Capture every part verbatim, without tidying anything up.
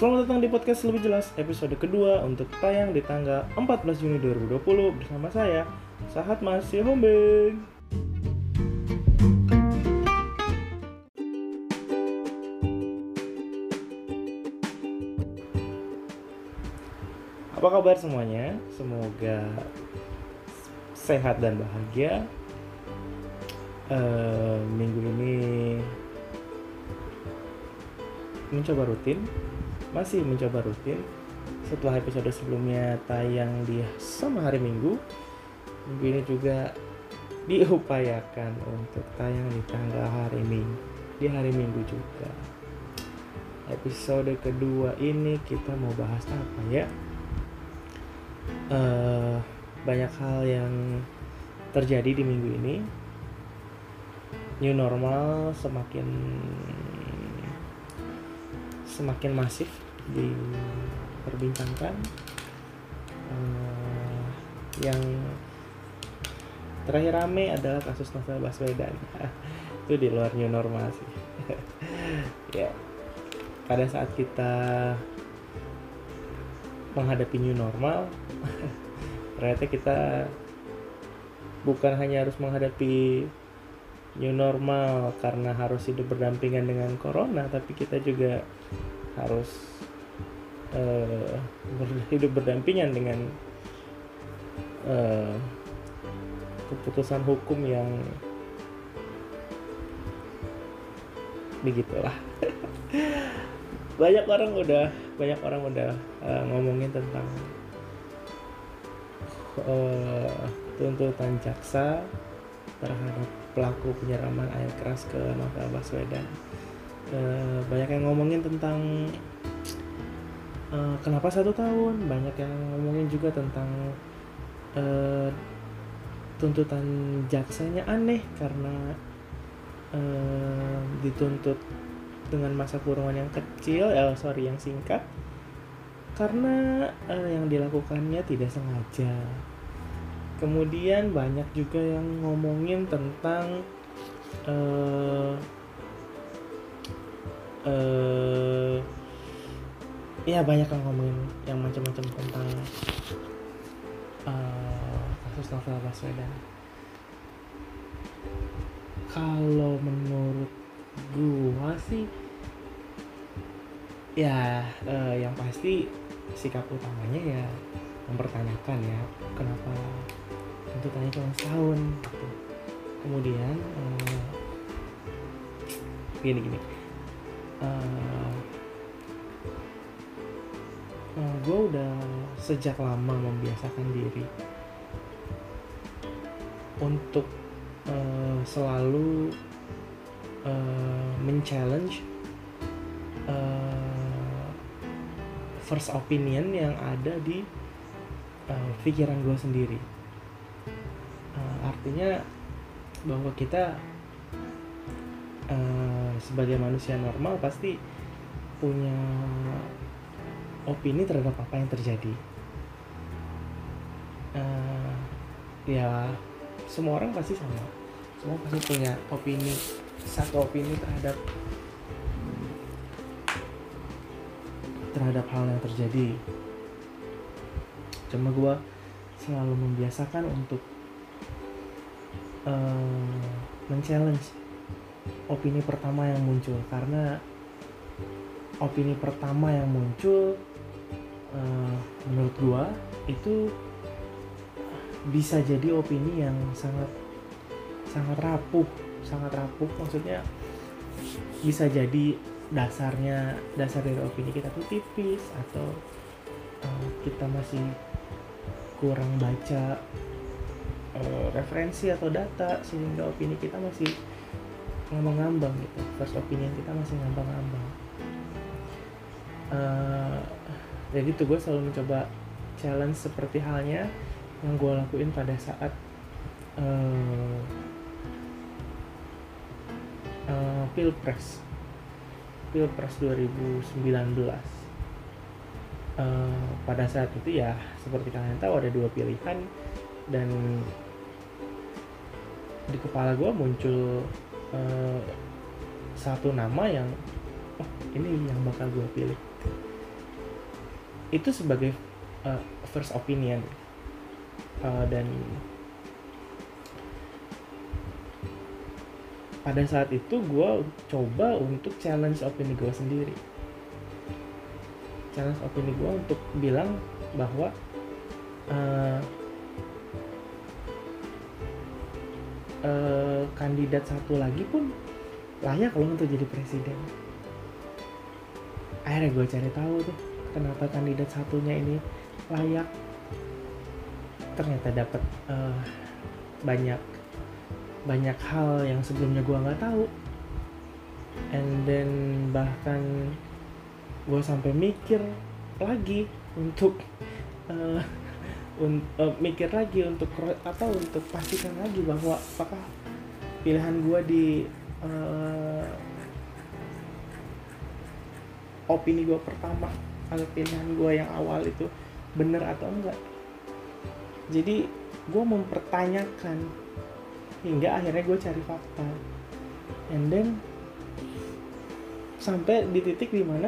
Selamat datang di podcast Lebih Jelas episode kedua untuk tayang di tanggal empat belas Juni dua ribu dua puluh bersama saya, Sahat Mas Yohombeng. Apa kabar semuanya? Semoga sehat dan bahagia. Uh, minggu ini mencoba rutin, masih mencoba rutin. Setelah episode sebelumnya tayang di sama hari Minggu, minggu ini juga diupayakan untuk tayang di tanggal hari Minggu, di hari Minggu juga. Episode kedua ini kita mau bahas apa ya? Uh, banyak hal yang terjadi di minggu ini. New normal semakin semakin masif diperbincangkan. Uh, yang terakhir rame adalah kasus Novel Baswedan. Itu di luar new normal sih. Ya, pada saat kita menghadapi new normal, ternyata kita bukan hanya harus menghadapi new normal karena harus hidup berdampingan dengan corona, tapi kita juga harus uh, hidup berdampingan dengan uh, keputusan hukum yang begitulah. banyak orang udah banyak orang udah uh, ngomongin tentang uh, tuntutan jaksa terhadap pelaku penyiraman air keras ke Novel Baswedan. Uh, banyak yang ngomongin tentang uh, kenapa satu tahun, banyak yang ngomongin juga tentang uh, tuntutan jaksanya aneh karena uh, dituntut dengan masa kurungan yang kecil, eh sorry yang singkat, karena uh, yang dilakukannya tidak sengaja. Kemudian banyak juga yang ngomongin tentang uh, uh, ya banyak yang ngomongin yang macam-macam tentang uh, kasus Novel Baswedan. Kalau menurut gua sih, ya uh, yang pasti sikap utamanya ya mempertanyakan ya kenapa tuntutannya cuma setahun gitu. Kemudian uh, gini gini uh, uh, gue udah sejak lama membiasakan diri untuk uh, selalu uh, men-challenge uh, first opinion yang ada di uh, pikiran gue sendiri. Uh, artinya bahwa kita uh, sebagai manusia normal pasti punya opini terhadap apa yang terjadi. Uh, ya semua orang pasti sama, semua pasti punya opini, satu opini terhadap terhadap hal yang terjadi. Cuma gue selalu membiasakan untuk Uh, men-challenge opini pertama yang muncul, karena opini pertama yang muncul uh, menurut gua itu bisa jadi opini yang sangat sangat rapuh, sangat rapuh maksudnya bisa jadi dasarnya dasar dari opini kita tuh tipis, atau uh, kita masih kurang baca Uh, referensi atau data sehingga opini kita masih ngambang-ngambang gitu, first opinion kita masih ngambang-ngambang. Uh, jadi tuh gue selalu mencoba challenge seperti halnya yang gue lakuin pada saat uh, uh, Pilpres Pilpres dua ribu sembilan belas. Uh, pada saat itu ya seperti kalian tahu ada dua pilihan, dan di kepala gue muncul uh, satu nama yang oh ini yang bakal gue pilih. itu sebagai uh, first opinion. Uh, dan pada saat itu gue coba untuk challenge opini gue sendiri, challenge opini gue untuk bilang bahwa uh, uh, kandidat satu lagi pun layak loh untuk jadi presiden. Akhirnya gue cari tahu tuh kenapa kandidat satunya ini layak. Ternyata dapat uh, banyak banyak hal yang sebelumnya gue nggak tahu, and then bahkan gue sampai mikir lagi untuk uh, un- uh, mikir lagi untuk apa untuk pastikan lagi bahwa apakah pilihan gue di uh, opini gue pertama atau pilihan gue yang awal itu benar atau enggak. Jadi gue mempertanyakan hingga akhirnya gue cari fakta, and then sampai di titik dimana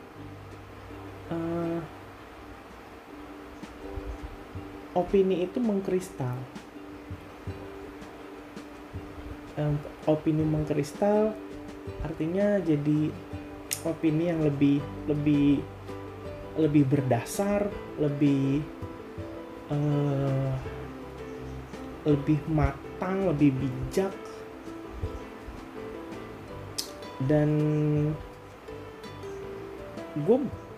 uh, opini itu mengkristal. Um, opini mengkristal artinya jadi opini yang lebih lebih lebih berdasar, lebih uh, lebih matang, lebih bijak, dan gue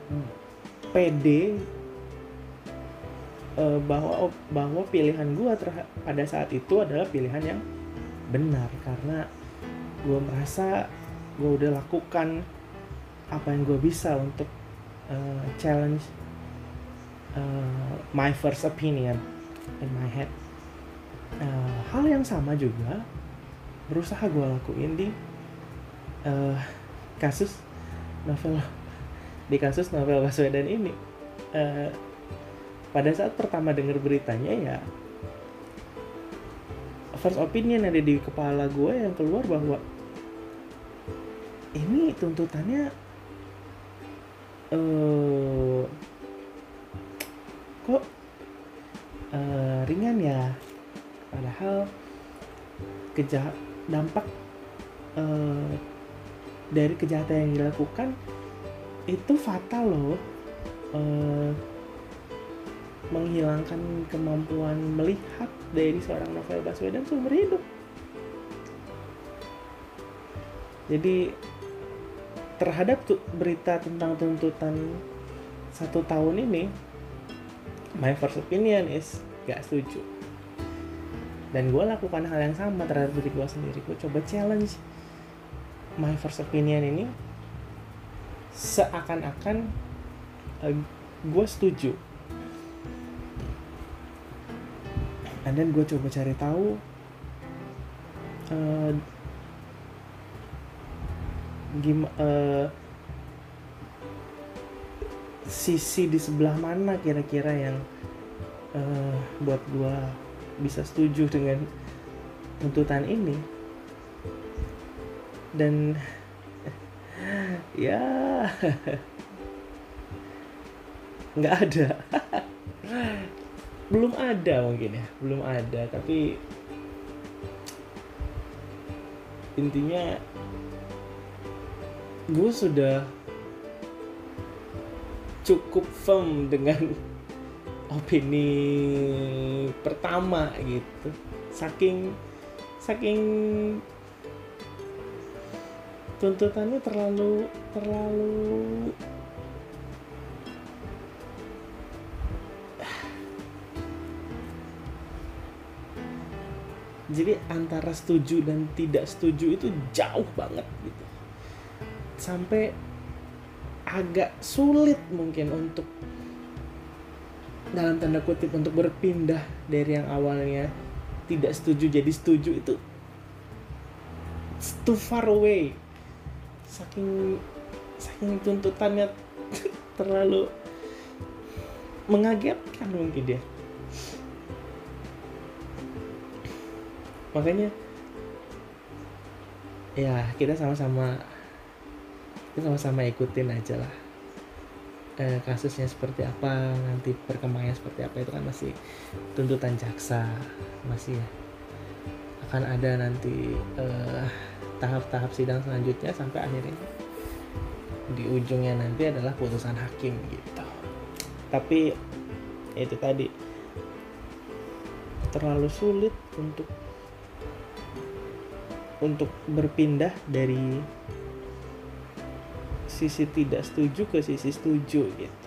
pede uh, bahwa bahwa pilihan gue terha- pada saat itu adalah pilihan yang benar, karena gue merasa gue udah lakukan apa yang gue bisa untuk uh, challenge uh, my first opinion in my head. Uh, hal yang sama juga berusaha gue lakuin di uh, kasus novel di kasus novel Baswedan ini. Uh, pada saat pertama dengar beritanya, ya first opinion ada di kepala gue yang keluar bahwa ini tuntutannya uh, kok uh, ringan ya. Padahal kejahat dampak uh, dari kejahatan yang dilakukan itu fatal loh, uh, menghilangkan kemampuan melihat dari seorang Novel Baswedan seumur hidup. Jadi terhadap tu- berita tentang tuntutan satu tahun ini, my first opinion is gak setuju. Dan gue lakukan hal yang sama terhadap diri gue sendiri. Gue coba challenge my first opinion ini seakan-akan uh, gue setuju. And then gue coba cari tahu uh, gimana uh, sisi di sebelah mana kira-kira yang uh, buat gue bisa setuju dengan tuntutan ini. Dan ya nggak ada belum ada mungkin ya belum ada tapi intinya gue sudah cukup firm dengan opini pertama gitu, saking saking tuntutannya terlalu terlalu jadi antara setuju dan tidak setuju itu jauh banget gitu, sampai agak sulit mungkin untuk dalam tanda kutip untuk berpindah dari yang awalnya tidak setuju jadi setuju. Itu it's too far away, saking saking tuntutannya terlalu mengagetkan mungkin dia. Makanya ya kita sama-sama kita sama-sama ikutin aja lah eh, kasusnya seperti apa, nanti perkembangannya seperti apa, itu kan masih tuntutan jaksa, masih akan ada nanti eh, tahap-tahap sidang selanjutnya sampai akhirnya di ujungnya nanti adalah putusan hakim gitu. Tapi itu tadi terlalu sulit untuk untuk berpindah dari sisi tidak setuju ke sisi setuju gitu.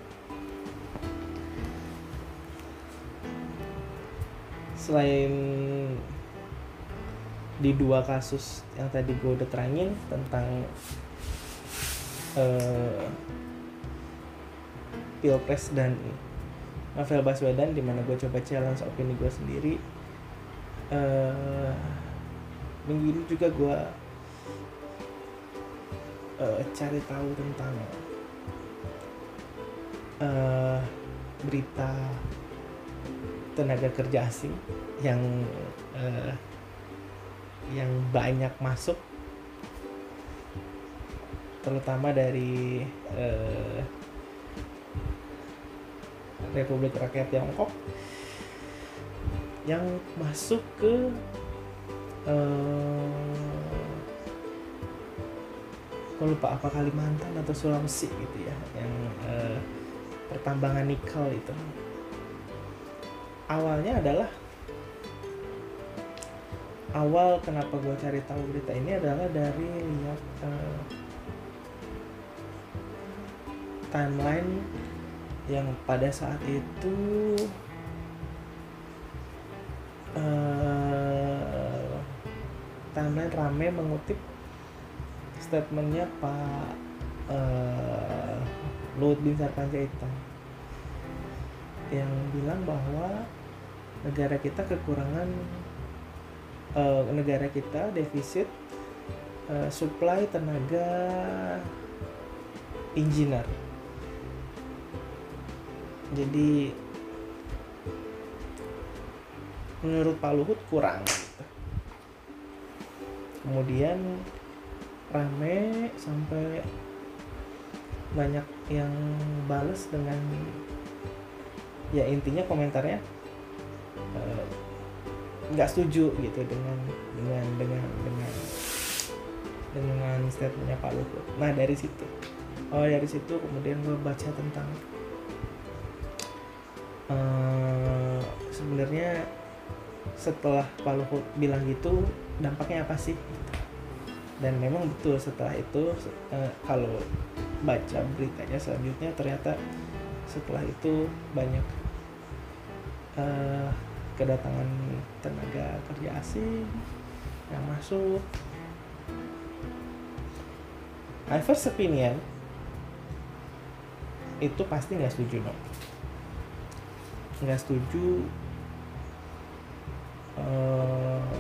Selain di dua kasus yang tadi gue udah terangin tentang uh, Pilpres dan Novel Baswedan, dimana gue coba challenge opini gue sendiri, uh, minggu ini juga gue uh, cari tahu tentang uh, berita tenaga kerja asing yang uh, yang banyak masuk, terutama dari uh, Republik Rakyat Tiongkok yang masuk ke uh, aku lupa apa, Kalimantan atau Sulawesi gitu ya, yang uh, pertambangan nikel itu. Awalnya adalah awal kenapa gue cari tahu berita ini adalah dari lihat uh, timeline yang pada saat itu uh, timeline rame mengutip statementnya Pak uh, Luhut Binsar Panjaitan yang bilang bahwa negara kita kekurangan uh, negara kita defisit uh, supply tenaga engineer. Jadi menurut Pak Luhut kurang gitu. Kemudian rame sampai banyak yang balas dengan ya intinya komentarnya nggak uh, setuju gitu dengan dengan dengan dengan dengan statementnya Pak Luhut. Nah dari situ, oh dari situ kemudian gue baca tentang Uh, sebenarnya setelah Pak Luhut bilang gitu dampaknya apa sih gitu. Dan memang betul setelah itu uh, kalau baca beritanya selanjutnya ternyata setelah itu banyak uh, kedatangan tenaga kerja asing yang masuk. My first opinion itu pasti nggak setuju dong. Nggak setuju uh,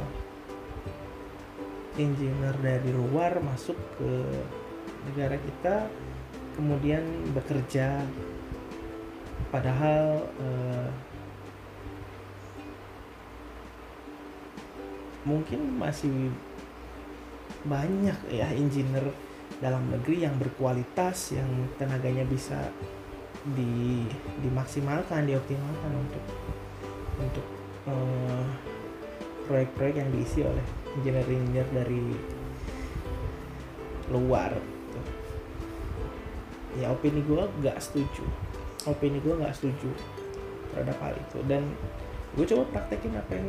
engineer dari luar masuk ke negara kita kemudian bekerja, padahal uh, mungkin masih banyak ya engineer dalam negeri yang berkualitas, yang tenaganya bisa di dimaksimalkan, dioptimalkan untuk untuk uh, proyek-proyek yang diisi oleh engineer-engineer dari luar gitu. Ya opini gue nggak setuju, opini gue nggak setuju terhadap hal itu, dan gue coba praktekin apa yang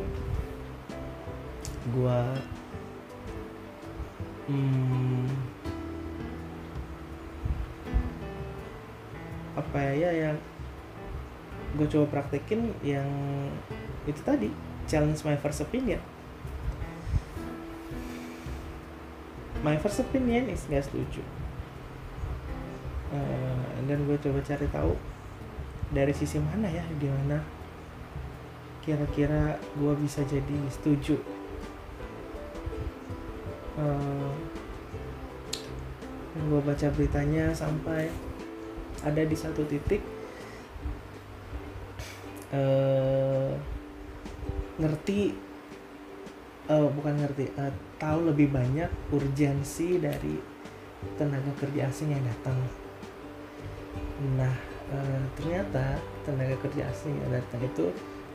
gue hmm, apa ya yang gue coba praktekin yang itu tadi, challenge my first opinion. My first opinion is gak setuju, uh, dan gue coba cari tahu dari sisi mana ya, di mana kira-kira gue bisa jadi setuju. Uh, gue baca beritanya sampai ada di satu titik uh, ngerti uh, bukan ngerti uh, tahu lebih banyak urgensi dari tenaga kerja asing yang datang. Nah, eh, ternyata tenaga kerja asing yang datang itu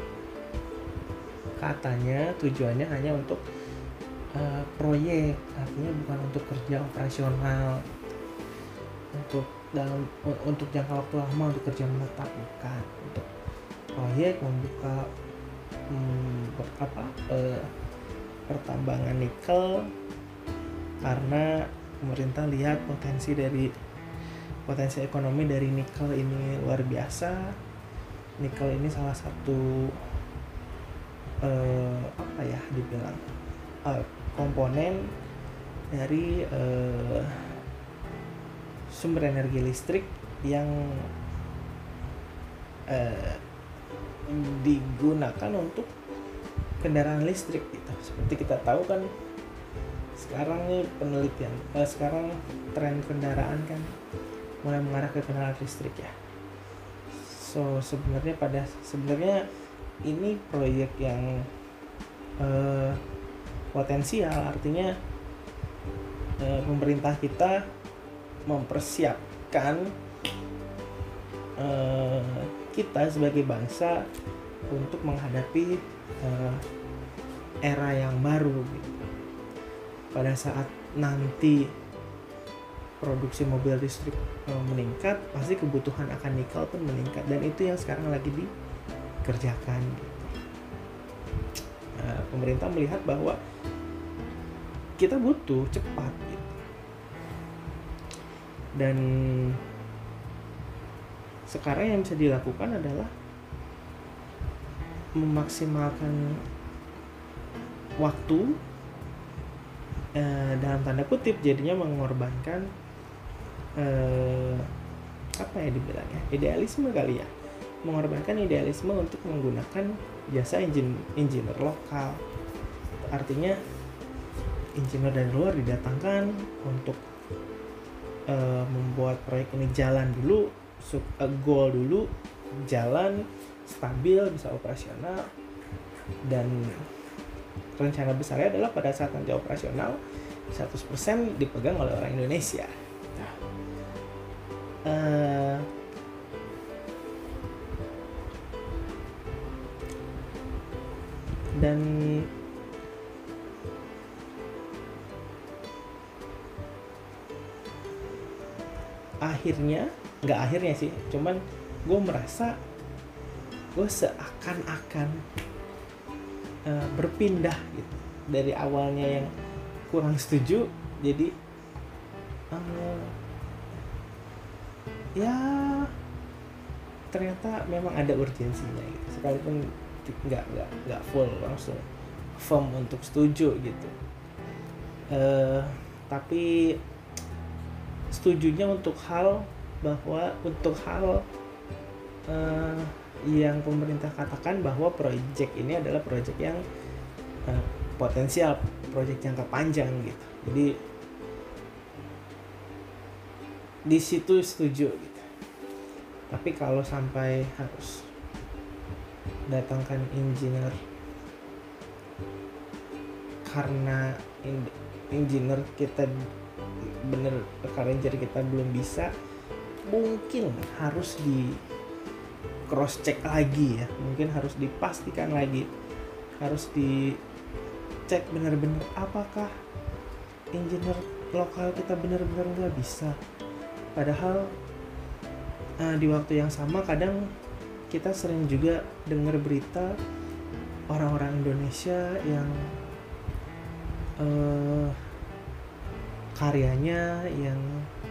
katanya tujuannya hanya untuk uh, proyek, artinya bukan untuk kerja operasional, untuk dalam untuk jangka waktu lama, untuk kerja menetap, bukan. Untuk proyek membuka hmm, apa uh, pertambangan nikel, karena pemerintah lihat potensi dari potensi ekonomi dari nikel ini luar biasa. Nikel ini salah satu Uh, apa ya dibilang uh, komponen dari uh, sumber energi listrik yang uh, digunakan untuk kendaraan listrik gitu. Seperti kita tahu kan sekarang nih penelitian uh, sekarang tren kendaraan kan mulai mengarah ke kendaraan listrik ya. So sebenarnya pada sebenarnya ini proyek yang uh, potensial, artinya uh, pemerintah kita mempersiapkan uh, kita sebagai bangsa untuk menghadapi uh, era yang baru gitu. Pada saat nanti produksi mobil listrik uh, meningkat, pasti kebutuhan akan nikel pun meningkat, dan itu yang sekarang lagi di kerjakan gitu. Nah, pemerintah melihat bahwa kita butuh cepat gitu. Dan sekarang yang bisa dilakukan adalah memaksimalkan waktu eh, dalam tanda kutip, jadinya mengorbankan eh, apa ya dibilangnya, idealisme kali ya, mengorbankan idealisme untuk menggunakan jasa engine, engineer lokal. Artinya engineer dari luar didatangkan untuk uh, membuat proyek ini jalan dulu, sub, uh, goal dulu, jalan stabil, bisa operasional, dan rencana besarnya adalah pada saat nanti operasional seratus persen dipegang oleh orang Indonesia. Nah, uh, dan akhirnya nggak akhirnya sih, cuman gue merasa gue seakan-akan uh, berpindah gitu dari awalnya yang kurang setuju jadi uh, ya ternyata memang ada urgensinya gitu, sekalipun nggak nggak nggak full langsung firm untuk setuju gitu. Uh, tapi setujunya untuk hal bahwa untuk hal uh, yang pemerintah katakan bahwa proyek ini adalah proyek yang uh, potensial, proyek jangka panjang gitu. Jadi di situ setuju gitu. Tapi kalau sampai harus datangkan engineer karena engineer kita bener karena engineer kita belum bisa, mungkin harus di cross check lagi ya, mungkin harus dipastikan lagi, harus dicek benar-benar apakah engineer lokal kita benar-benar nggak bisa. Padahal uh, di waktu yang sama kadang kita sering juga dengar berita orang-orang Indonesia yang uh, karyanya yang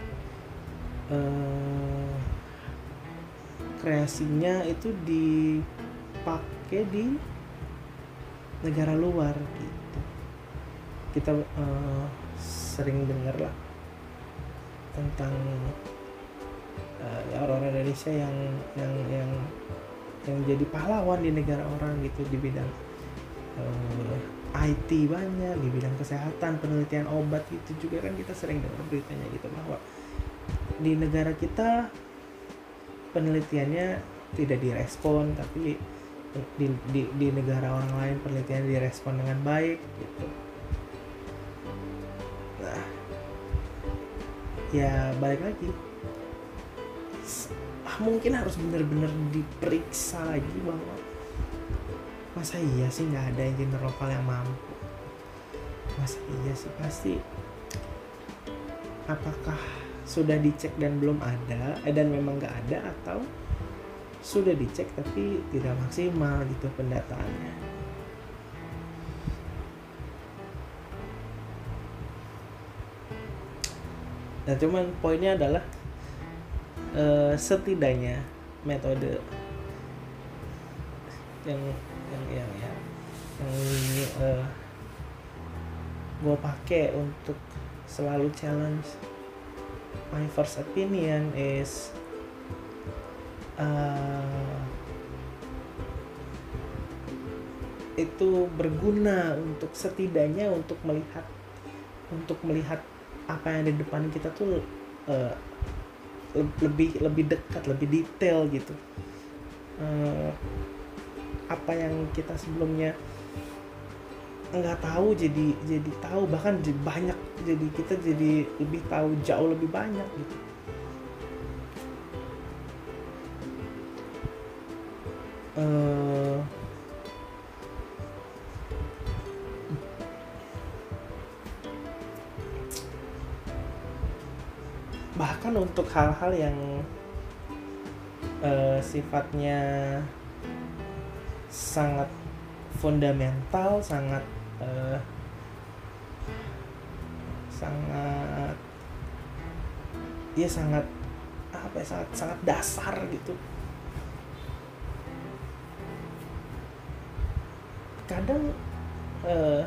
uh, kreasinya itu dipakai di negara luar gitu. Kita uh, sering dengar lah tentang uh, ya orang-orang Indonesia yang yang yang yang jadi pahlawan di negara orang gitu di bidang uh, I T banyak, di bidang kesehatan, penelitian obat gitu juga kan kita sering dengar beritanya gitu bahwa di negara kita penelitiannya tidak direspon, tapi di, di, di negara orang lain penelitiannya direspon dengan baik gitu. Nah, ya balik lagi, mungkin harus benar-benar diperiksa lagi bahwa masa iya sih nggak ada engineer lokal yang mampu, masa iya sih, pasti apakah sudah dicek dan belum ada, eh, dan memang nggak ada, atau sudah dicek tapi tidak maksimal gitu pendataannya. Nah cuman poinnya adalah uh, setidaknya metode yang yang yang yang, yang uh, gue pakai untuk selalu challenge my first opinion is uh, itu berguna untuk setidaknya untuk melihat untuk melihat apa yang ada di depan kita tuh uh, lebih lebih dekat, lebih detail gitu. Uh, apa yang kita sebelumnya nggak tahu jadi jadi tahu, bahkan banyak, jadi kita jadi lebih tahu jauh lebih banyak gitu. Uh, bahkan untuk hal-hal yang uh, sifatnya sangat fundamental, sangat uh, sangat ya sangat apa ya, sangat sangat dasar gitu. Kadang uh,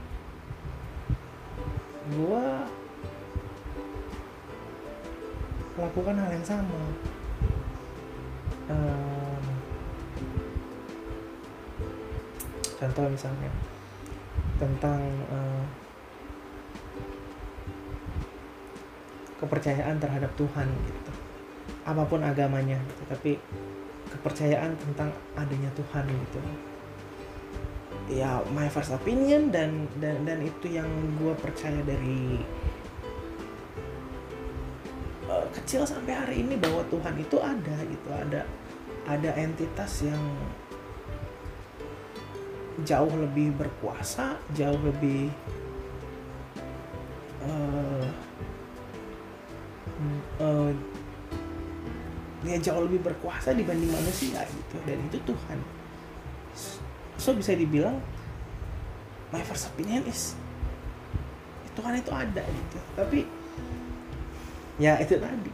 gua melakukan hal yang sama. Uh, contoh misalnya tentang uh, kepercayaan terhadap Tuhan gitu, apapun agamanya gitu, tapi kepercayaan tentang adanya Tuhan gitu. Ya my first opinion dan dan dan itu yang gue percaya dari uh, kecil sampai hari ini, bahwa Tuhan itu ada gitu, ada ada entitas yang jauh lebih berkuasa, jauh lebih uh, uh, dia jauh lebih berkuasa dibanding manusia gitu, dan itu Tuhan. So bisa dibilang my first opinion is Tuhan itu ada gitu. Tapi ya itu tadi,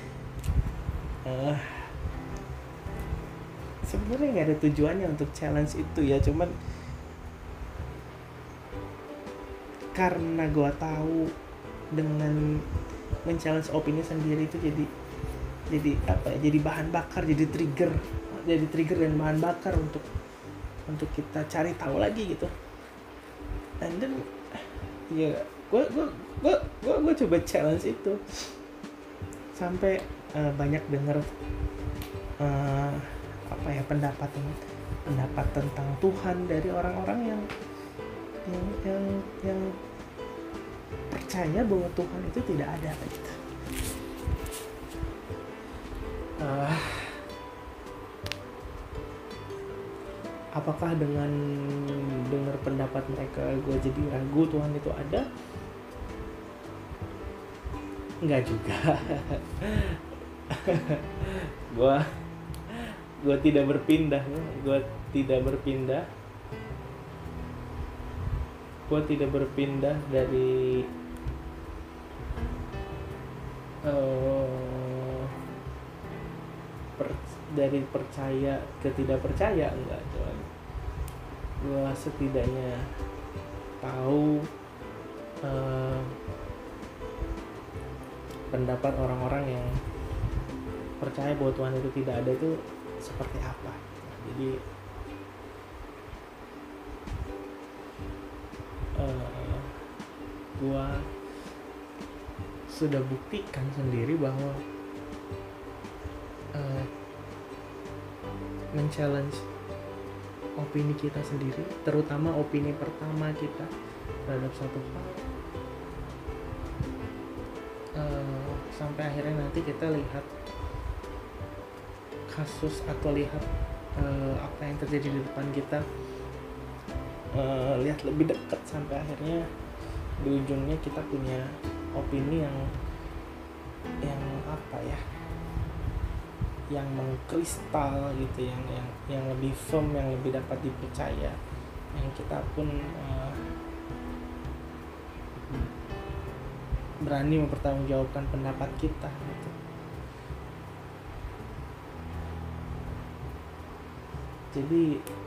uh, sebenarnya nggak ada tujuannya untuk challenge itu ya, cuman karena gue tahu dengan men-challenge opini sendiri itu jadi jadi apa ya, jadi bahan bakar, jadi trigger, jadi trigger dan bahan bakar untuk untuk kita cari tahu lagi gitu. And then ya gue gue gue gue gue coba challenge itu sampai uh, banyak denger uh, apa ya pendapat pendapat tentang Tuhan dari orang-orang yang yang yang, yang percaya bahwa Tuhan itu tidak ada gitu. Uh, apakah dengan dengar pendapat mereka gue jadi ragu Tuhan itu ada? Enggak juga. gue gue tidak berpindah, gue tidak berpindah, gue tidak berpindah dari uh, per, dari percaya ke tidak percaya, enggak coy. Gue setidaknya tahu uh, pendapat orang-orang yang percaya bahwa Tuhan itu tidak ada itu seperti apa. Jadi uh, gue sudah buktikan sendiri bahwa uh, men-challenge opini kita sendiri, terutama opini pertama kita terhadap satu hal, uh, sampai akhirnya nanti kita lihat kasus atau lihat uh, apa yang terjadi di depan kita, uh, lihat lebih dekat sampai akhirnya di ujungnya kita punya opini yang yang apa ya, yang mengkristal gitu, yang yang yang lebih firm, yang lebih dapat dipercaya, yang kita pun uh, berani mempertanggungjawabkan pendapat kita gitu. Jadi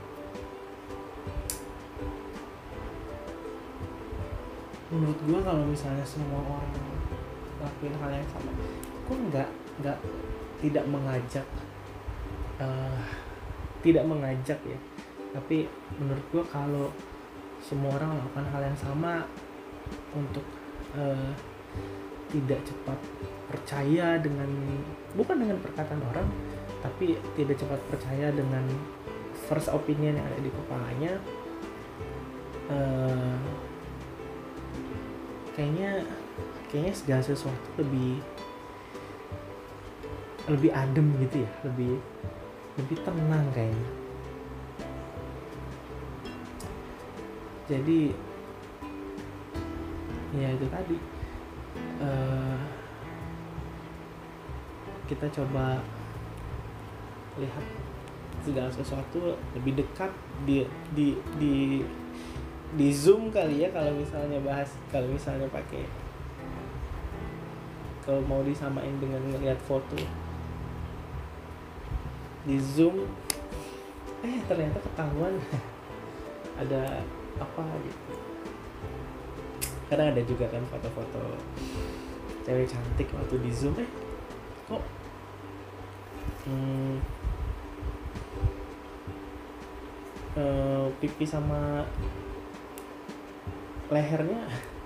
menurut gue kalau misalnya semua orang lakuin hal yang sama, gue nggak nggak tidak mengajak uh, tidak mengajak ya, tapi menurut gue kalau semua orang melakukan hal yang sama untuk uh, tidak cepat percaya dengan, bukan dengan perkataan orang, tapi tidak cepat percaya dengan first opinion yang ada di kepalanya, uh, kayaknya kayaknya segala sesuatu lebih lebih adem gitu ya, lebih lebih tenang kayaknya. Jadi ya itu tadi, uh, kita coba lihat segala sesuatu lebih dekat, di di di di zoom kali ya, kalau misalnya bahas, kalau misalnya pakai, kalau mau disamain dengan ngelihat foto di zoom, eh ternyata ketahuan ada apa gitu. Kadang ada juga kan foto-foto cewek cantik waktu di zoom, eh kok hmm, uh, pipi sama lehernya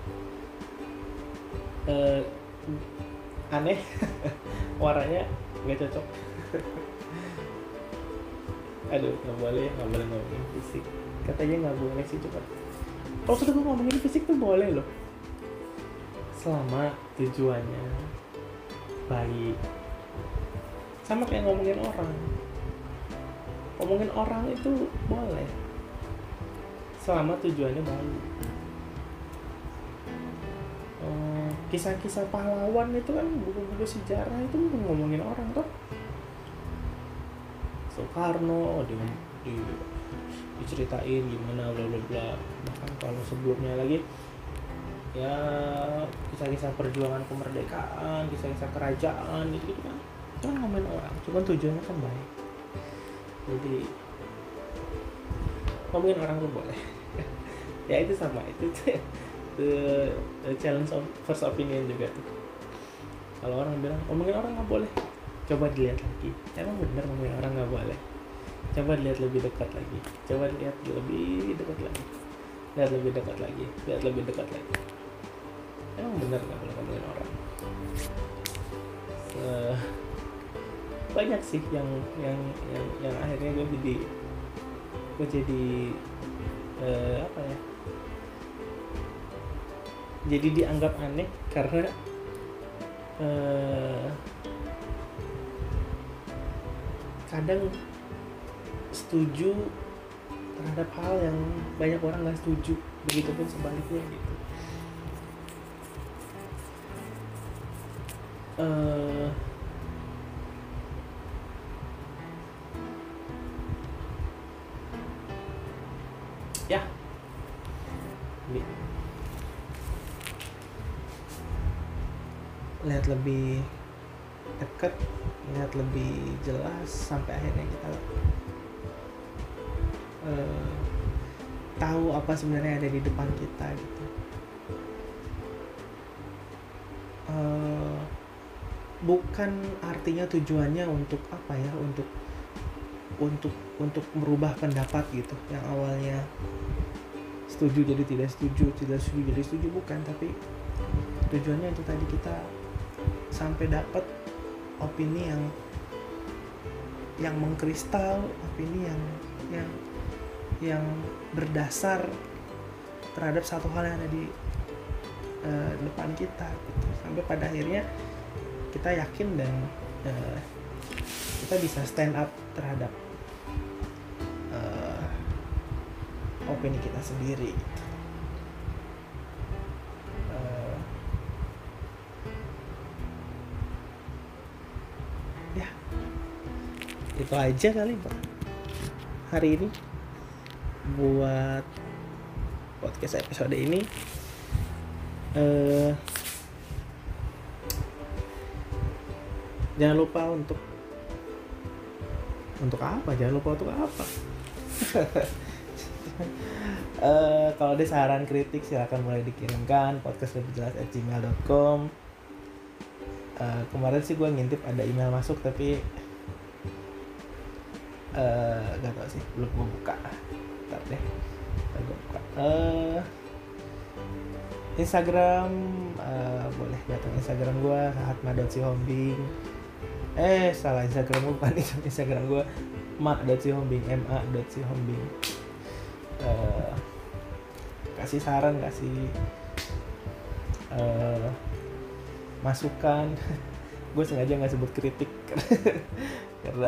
uh, aneh, warnanya nggak cocok. Aduh, nggak boleh, nggak boleh ngomongin fisik. Katanya nggak boleh sih, coba. Kalau kita ngomongin fisik tuh boleh loh, selama tujuannya baik. Sama kayak ngomongin orang, ngomongin orang itu boleh, selama tujuannya baik. Hmm, kisah-kisah pahlawan itu kan, buku-buku sejarah itu ngomongin orang tuh. Soekarno di, di, diceritain gimana bla bla bla. Bahkan kalau sebelumnya lagi ya kisah-kisah perjuangan kemerdekaan, kisah-kisah kerajaan gitu, gitu kan, itu kan ngomongin orang, cuman tujuannya kan baik. Jadi ngomongin orang tuh boleh. Ya itu sama, itu tuh the, the challenge of first opinion juga tuh. Kalau orang bilang ngomongin orang nggak boleh, coba dilihat lagi, emang bener ngomongin orang nggak boleh. Coba dilihat lebih dekat lagi, coba lihat lebih dekat lagi, lihat lebih dekat lagi, lihat lebih dekat lagi. Emang bener nggak boleh ngomongin orang. Uh, banyak sih yang yang yang yang akhirnya gue jadi gue jadi uh, apa ya? Jadi dianggap aneh karena uh, kadang setuju terhadap hal yang banyak orang nggak setuju, begitupun sebaliknya gitu. Uh, ya, ini lihat lebih dekat, lihat lebih jelas, sampai akhirnya kita uh, tahu apa sebenarnya ada di depan kita gitu. Uh, bukan artinya tujuannya untuk apa ya, untuk untuk untuk merubah pendapat gitu, yang awalnya setuju jadi tidak setuju, tidak setuju jadi setuju, bukan, tapi tujuannya itu tadi, kita sampai dapat opini yang yang mengkristal, opini yang yang yang berdasar terhadap satu hal yang ada di uh, depan kita gitu. Sampai pada akhirnya kita yakin dan uh, kita bisa stand up terhadap uh, opini kita sendiri. Uh, ya, itu aja kali Pak hari ini buat podcast episode ini. Uh, jangan lupa untuk untuk apa? Jangan lupa untuk apa? uh, kalau ada saran kritik silakan mulai dikirimkan podcast lebih jelas at gmail dot com. Uh, kemarin sih gue ngintip ada email masuk tapi uh, gak tau sih, belum gue buka. Ntar deh, ntar gue buka. Uh, Instagram uh, boleh datang Instagram gue hatma dot sihombing. Eh salah, Instagram gue bukan itu, Instagram gue ma dot sihombing, ma dot sihombing. Uh, kasih saran, kasih uh, masukan. Gue sengaja nggak sebut kritik karena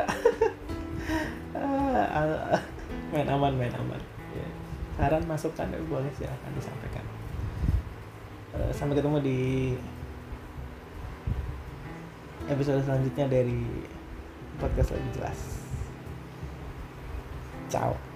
uh, main aman main aman. Yeah. Saran masukan boleh silahkan disampaikan. Uh, sampai ketemu di episode selanjutnya dari podcast lebih jelas. Ciao.